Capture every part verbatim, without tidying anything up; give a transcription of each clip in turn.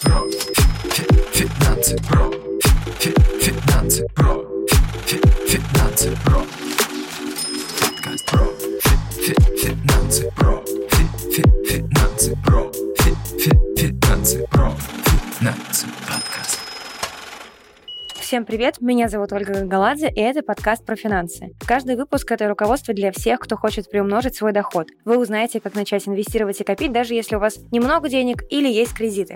про. Финансы про. Финансы про. Финансы про. Подкаст про. Финансы про. Финансы про. Финансы про. Финансы подкаст. Всем привет, меня зовут Ольга Гангаладзе, и это подкаст про финансы. Каждый выпуск — это руководство для всех, кто хочет приумножить свой доход. Вы узнаете, как начать инвестировать и копить, даже если у вас немного денег или есть кредиты.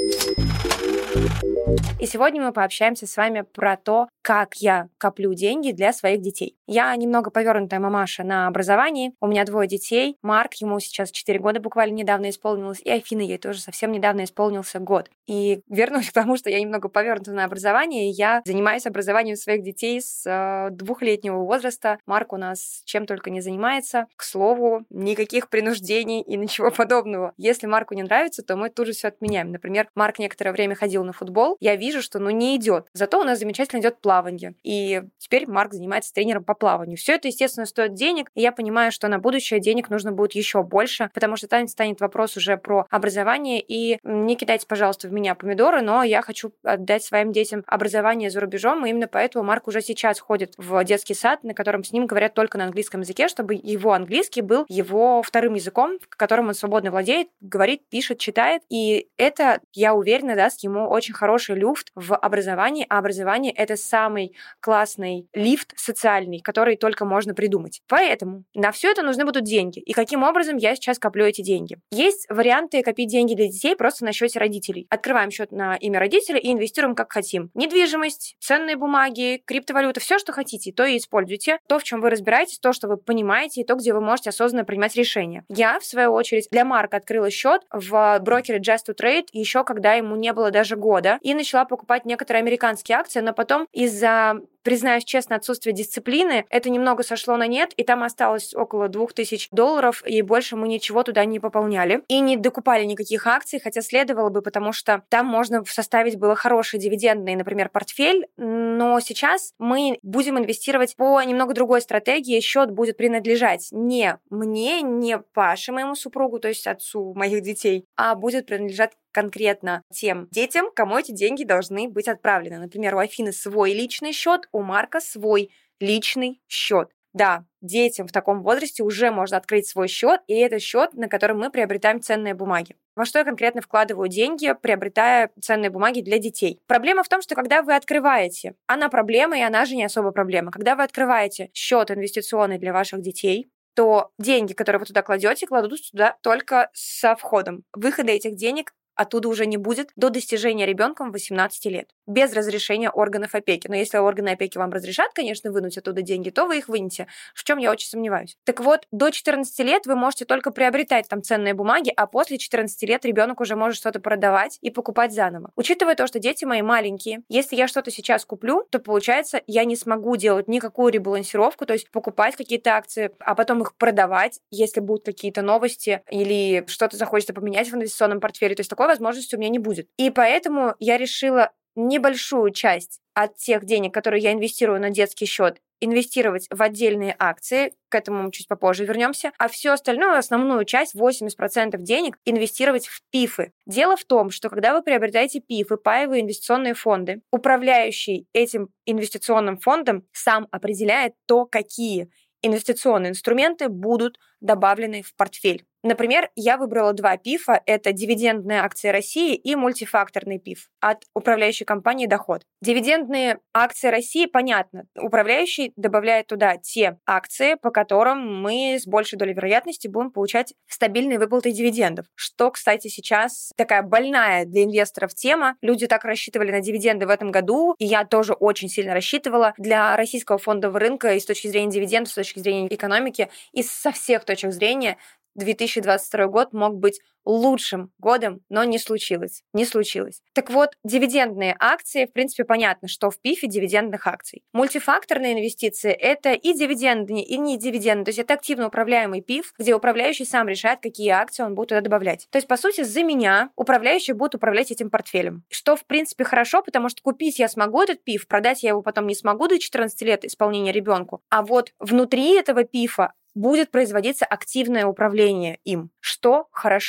И сегодня мы пообщаемся с вами про то, как я коплю деньги для своих детей. Я немного повернутая мамаша на образовании. У меня двое детей. Марк, ему сейчас четыре года буквально недавно исполнилось, и Афина, ей тоже совсем недавно исполнился год. И вернусь к тому, что я немного повернута на образование. Я занимаюсь образованием своих детей с э, двухлетнего возраста. Марк у нас чем только не занимается. К слову, никаких принуждений и ничего подобного. Если Марку не нравится, то мы тут же все отменяем. Например, Марк некоторое время ходил на футбол. Я вижу, что ну не идет. Зато у нас замечательно идет плавание. И теперь Марк занимается тренером по плаванию. Все это, естественно, стоит денег. И я понимаю, что на будущее денег нужно будет еще больше, потому что там станет вопрос уже про образование. И не кидайте, пожалуйста, в меня помидоры, но я хочу отдать своим детям образование за рубежом. И именно поэтому Марк уже сейчас ходит в детский сад, на котором с ним говорят только на английском языке, чтобы его английский был его вторым языком, которым он свободно владеет, говорит, пишет, читает. И это, я уверена, даст ему очень хороший люфт в образовании. А образование — это самый классный лифт социальный, который только можно придумать. Поэтому на все это нужны будут деньги. И каким образом я сейчас коплю эти деньги? Есть варианты копить деньги для детей просто на счете родителей. Открываем счет на имя родителя и инвестируем как хотим. Недвижимость, ценные бумаги, криптовалюта, все, что хотите, то и используйте. То, в чем вы разбираетесь, то, что вы понимаете, и то, где вы можете осознанно принимать решения. Я, в свою очередь, для Марка открыла счет в брокере Just to Trade еще когда ему не было даже года, и начала покупать некоторые американские акции, но потом из-за, признаюсь честно, отсутствия дисциплины, это немного сошло на нет, и там осталось около двух тысяч долларов, и больше мы ничего туда не пополняли. И не докупали никаких акций, хотя следовало бы, потому что там можно составить было хороший дивидендный, например, портфель, но сейчас мы будем инвестировать по немного другой стратегии. Счет будет принадлежать не мне, не Паше, моему супругу, то есть отцу моих детей, а будет принадлежать конкретно тем детям, кому эти деньги должны быть отправлены. Например, у Афины свой личный счет, у Марка свой личный счет. Да, детям в таком возрасте уже можно открыть свой счет, и это счет, на котором мы приобретаем ценные бумаги. Во что я конкретно вкладываю деньги, приобретая ценные бумаги для детей? Проблема в том, что когда вы открываете, она проблема, и она же не особо проблема. Когда вы открываете счет инвестиционный для ваших детей, то деньги, которые вы туда кладете, кладут туда только со входом. Выхода этих денег оттуда уже не будет до достижения ребенком восемнадцати лет. Без разрешения органов опеки. Но если органы опеки вам разрешат, конечно, вынуть оттуда деньги, то вы их вынете, в чем я очень сомневаюсь. Так вот, до четырнадцати лет вы можете только приобретать там ценные бумаги, а после четырнадцати лет ребенок уже может что-то продавать и покупать заново. Учитывая то, что дети мои маленькие, если я что-то сейчас куплю, то получается, я не смогу делать никакую ребалансировку, то есть покупать какие-то акции, а потом их продавать, если будут какие-то новости или что-то захочется поменять в инвестиционном портфеле. То есть такой возможности у меня не будет. И поэтому я решила небольшую часть от тех денег, которые я инвестирую на детский счет, инвестировать в отдельные акции, к этому мы чуть попозже вернемся, а всю остальную, основную часть, восемьдесят процентов денег, инвестировать в пифы. Дело в том, что когда вы приобретаете пифы, паевые инвестиционные фонды, управляющий этим инвестиционным фондом сам определяет то, какие инвестиционные инструменты будут добавлены в портфель. Например, я выбрала два пифа. Это дивидендные акции России и мультифакторный пиф от управляющей компании «Доход». Дивидендные акции России, понятно. Управляющий добавляет туда те акции, по которым мы с большей долей вероятности будем получать стабильные выплаты дивидендов. Что, кстати, сейчас такая больная для инвесторов тема. Люди так рассчитывали на дивиденды в этом году, и я тоже очень сильно рассчитывала. Для российского фондового рынка и с точки зрения дивидендов, с точки зрения экономики, и со всех точек зрения две тысячи двадцать второй год мог быть лучшим годом, но не случилось. Не случилось. Так вот, дивидендные акции, в принципе, понятно, что в пифе дивидендных акций. Мультифакторные инвестиции — это и дивидендные, и не дивидендные. То есть это активно управляемый пиф, где управляющий сам решает, какие акции он будет туда добавлять. То есть, по сути, за меня управляющий будет управлять этим портфелем. Что, в принципе, хорошо, потому что купить я смогу этот пиф, продать я его потом не смогу до четырнадцати лет исполнения ребенку. А вот внутри этого пифа будет производиться активное управление им, что хорошо.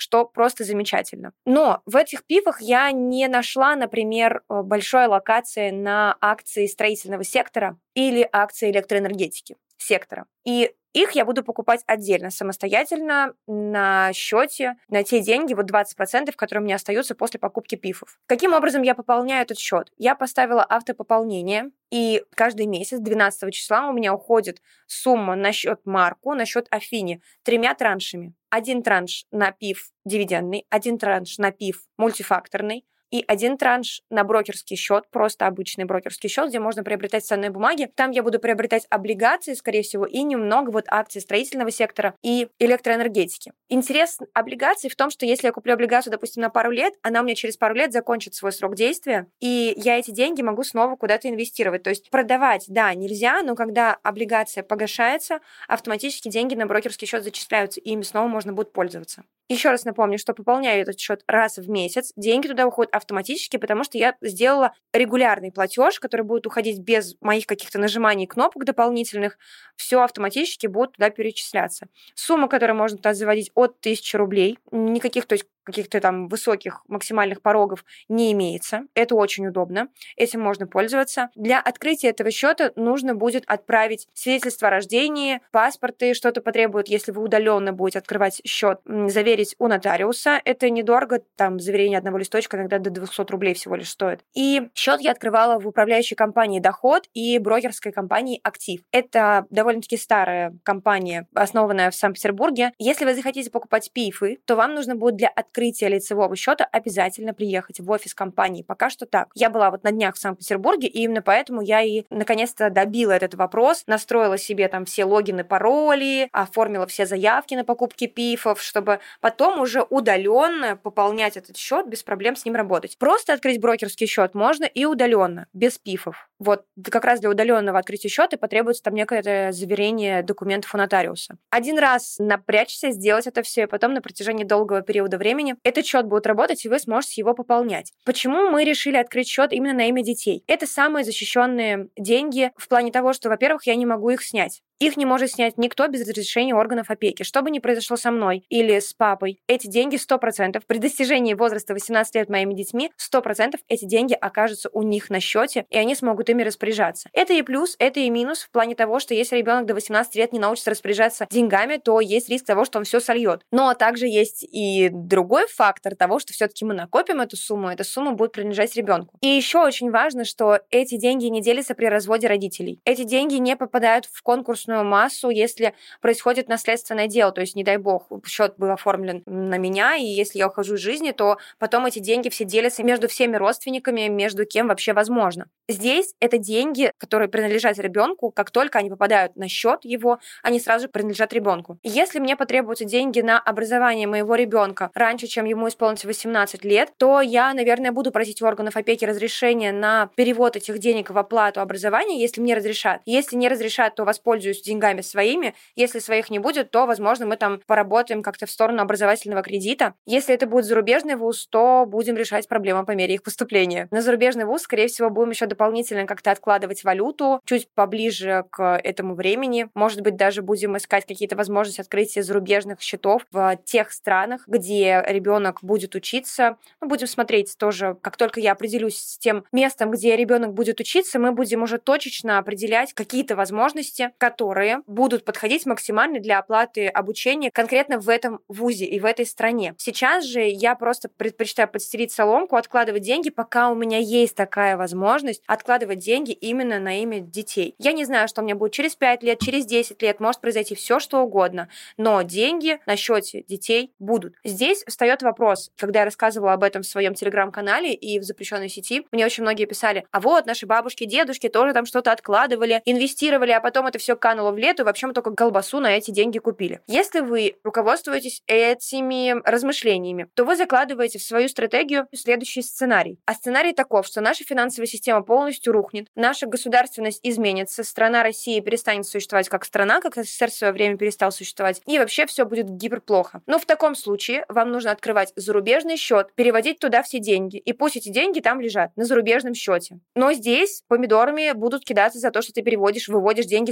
что просто замечательно. Но в этих пифах я не нашла, например, большой аллокации на акции строительного сектора или акции электроэнергетики сектора. И их я буду покупать отдельно, самостоятельно, на счете, на те деньги, вот двадцать процентов, которые у меня остаются после покупки пифов. Каким образом я пополняю этот счет? Я поставила автопополнение, и каждый месяц, двенадцатого числа, у меня уходит сумма на счет Марку, на счет Афине, тремя траншами. Один транш на пиф дивидендный, один транш на пиф мультифакторный, и один транш на брокерский счет, просто обычный брокерский счет, где можно приобретать ценные бумаги. Там я буду приобретать облигации, скорее всего, и немного вот акций строительного сектора и электроэнергетики. Интерес облигаций в том, что если я куплю облигацию, допустим, на пару лет, она у меня через пару лет закончит свой срок действия, и я эти деньги могу снова куда-то инвестировать. То есть продавать, да, нельзя, но когда облигация погашается, автоматически деньги на брокерский счет зачисляются, и ими снова можно будет пользоваться. Еще раз напомню, что пополняю этот счет раз в месяц. Деньги туда уходят автоматически, потому что я сделала регулярный платеж, который будет уходить без моих каких-то нажиманий кнопок дополнительных. Все автоматически будет туда перечисляться. Сумма, которую можно туда заводить, от тысячи рублей. Никаких, то есть каких-то там высоких максимальных порогов не имеется. Это очень удобно. Этим можно пользоваться. Для открытия этого счета нужно будет отправить свидетельство о рождении, паспорты, что-то потребует, если вы удаленно будете открывать счет, заверить у нотариуса. Это недорого, там заверение одного листочка иногда до двести рублей всего лишь стоит. И счет я открывала в управляющей компании «Доход» и брокерской компании «Актив». Это довольно-таки старая компания, основанная в Санкт-Петербурге. Если вы захотите покупать пифы, то вам нужно будет для открытия лицевого счета обязательно приехать в офис компании. Пока что так. Я была вот на днях в Санкт-Петербурге, и именно поэтому я и наконец-то добила этот вопрос, настроила себе там все логины, пароли, оформила все заявки на покупки пифов, чтобы потом уже удаленно пополнять этот счет, без проблем с ним работать. Просто открыть брокерский счет можно и удаленно, без пифов. Вот как раз для удаленного открытия счета потребуется там некое заверение документов у нотариуса. Один раз напрячься, сделать это все, и потом на протяжении долгого периода времени этот счет будет работать, и вы сможете его пополнять. Почему мы решили открыть счет именно на имя детей? Это самые защищенные деньги в плане того, что, во-первых, я не могу их снять. Их не может снять никто без разрешения органов опеки. Что бы ни произошло со мной или с папой, эти деньги сто процентов при достижении возраста восемнадцати лет моими детьми сто процентов эти деньги окажутся у них на счете, и они смогут ими распоряжаться. Это и плюс, это и минус в плане того, что если ребенок до восемнадцати лет не научится распоряжаться деньгами, то есть риск того, что он все сольет. Но также есть и другой фактор того, что все-таки мы накопим эту сумму, эта сумма будет принадлежать ребенку. И еще очень важно, что эти деньги не делятся при разводе родителей. Эти деньги не попадают в конкурсную массу, если происходит наследственное дело, то есть, не дай бог, счет был оформлен на меня, и если я ухожу из жизни, то потом эти деньги все делятся между всеми родственниками, между кем вообще возможно. Здесь это деньги, которые принадлежат ребенку, как только они попадают на счет его, они сразу же принадлежат ребенку. Если мне потребуются деньги на образование моего ребенка раньше, чем ему исполнится восемнадцать лет, то я, наверное, буду просить у органов опеки разрешения на перевод этих денег в оплату образования, если мне разрешат. Если не разрешат, то воспользуюсь деньгами своими. Если своих не будет, то, возможно, мы там поработаем как-то в сторону образовательного кредита. Если это будет зарубежный вуз, то будем решать проблемы по мере их поступления. На зарубежный вуз, скорее всего, будем еще дополнительно как-то откладывать валюту чуть поближе к этому времени. Может быть, даже будем искать какие-то возможности открытия зарубежных счетов в тех странах, где ребенок будет учиться. Ну, будем смотреть тоже, как только я определюсь с тем местом, где ребенок будет учиться, мы будем уже точечно определять какие-то возможности, которые будут подходить максимально для оплаты обучения конкретно в этом вузе и в этой стране. Сейчас же я просто предпочитаю подстелить соломку, откладывать деньги, пока у меня есть такая возможность, откладывать деньги именно на имя детей. Я не знаю, что у меня будет через пять лет, через десять лет, может произойти все, что угодно, но деньги на счете детей будут. Здесь встает вопрос, когда я рассказывала об этом в своем телеграм-канале и в запрещенной сети, мне очень многие писали: а вот наши бабушки, дедушки тоже там что-то откладывали, инвестировали, а потом это все кануло в лету, и вообще мы только колбасу на эти деньги купили. Если вы руководствуетесь этими размышлениями, то вы закладываете в свою стратегию следующий сценарий. А сценарий таков, что наша финансовая система полностью рухнет, наша государственность изменится, страна России перестанет существовать как страна, как СССР в свое время перестал существовать, и вообще все будет гиперплохо. Но в таком случае вам нужно открывать зарубежный счет, переводить туда все деньги, и пусть эти деньги там лежат, на зарубежном счете. Но здесь помидорами будут кидаться за то, что ты переводишь, выводишь деньги за рубеж.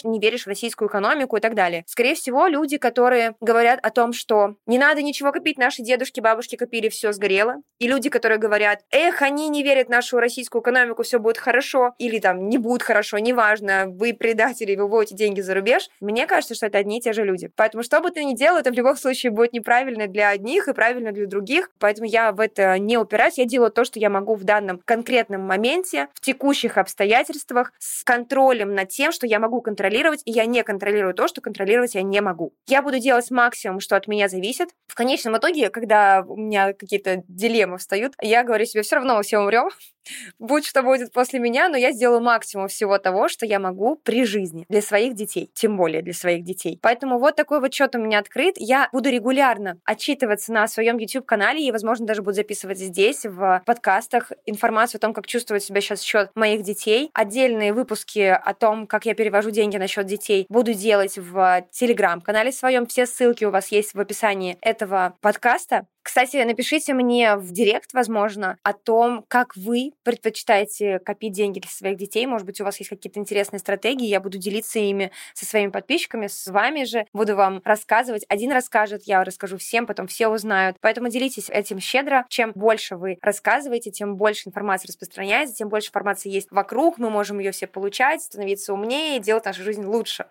не веришь в российскую экономику и так далее. Скорее всего, люди, которые говорят о том, что не надо ничего копить, наши дедушки, бабушки копили, все сгорело. И люди, которые говорят, эх, они не верят в нашу российскую экономику, все будет хорошо, или там не будет хорошо, неважно, вы предатели, вы выводите деньги за рубеж. Мне кажется, что это одни и те же люди. Поэтому что бы ты ни делал, это в любом случае будет неправильно для одних и правильно для других. Поэтому я в это не упираюсь. Я делаю то, что я могу в данном конкретном моменте, в текущих обстоятельствах, с контролем над тем, что я могу контролировать, и я не контролирую то, что контролировать я не могу. Я буду делать максимум, что от меня зависит. В конечном итоге, когда у меня какие-то дилеммы встают, я говорю себе, все равно мы все умрем, будь что будет после меня, но я сделаю максимум всего того, что я могу при жизни для своих детей, тем более для своих детей. Поэтому вот такой вот счет у меня открыт. Я буду регулярно отчитываться на своем YouTube-канале и, возможно, даже буду записывать здесь, в подкастах, информацию о том, как чувствует себя сейчас счет моих детей. Отдельные выпуски о том, как я перевожу деньги на счет детей, буду делать в Telegram-канале своем. Все ссылки у вас есть в описании этого подкаста. Кстати, напишите мне в директ, возможно, о том, как вы предпочитаете копить деньги для своих детей. Может быть, у вас есть какие-то интересные стратегии. Я буду делиться ими со своими подписчиками, с вами же. Буду вам рассказывать. Один расскажет, я расскажу всем, потом все узнают. Поэтому делитесь этим щедро. Чем больше вы рассказываете, тем больше информации распространяется, тем больше информации есть вокруг. Мы можем ее все получать, становиться умнее и делать нашу жизнь лучше.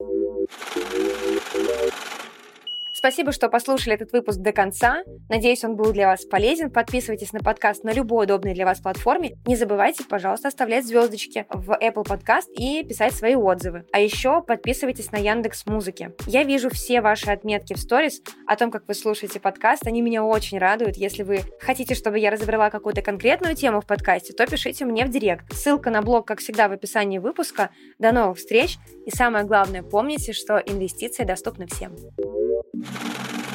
Спасибо, что послушали этот выпуск до конца. Надеюсь, он был для вас полезен. Подписывайтесь на подкаст на любой удобной для вас платформе. Не забывайте, пожалуйста, оставлять звездочки в Apple Podcast и писать свои отзывы. А еще подписывайтесь на Яндекс.Музыке. Я вижу все ваши отметки в сторис о том, как вы слушаете подкаст. Они меня очень радуют. Если вы хотите, чтобы я разобрала какую-то конкретную тему в подкасте, то пишите мне в директ. Ссылка на блог, как всегда, в описании выпуска. До новых встреч. И самое главное, помните, что инвестиции доступны всем. Thank you.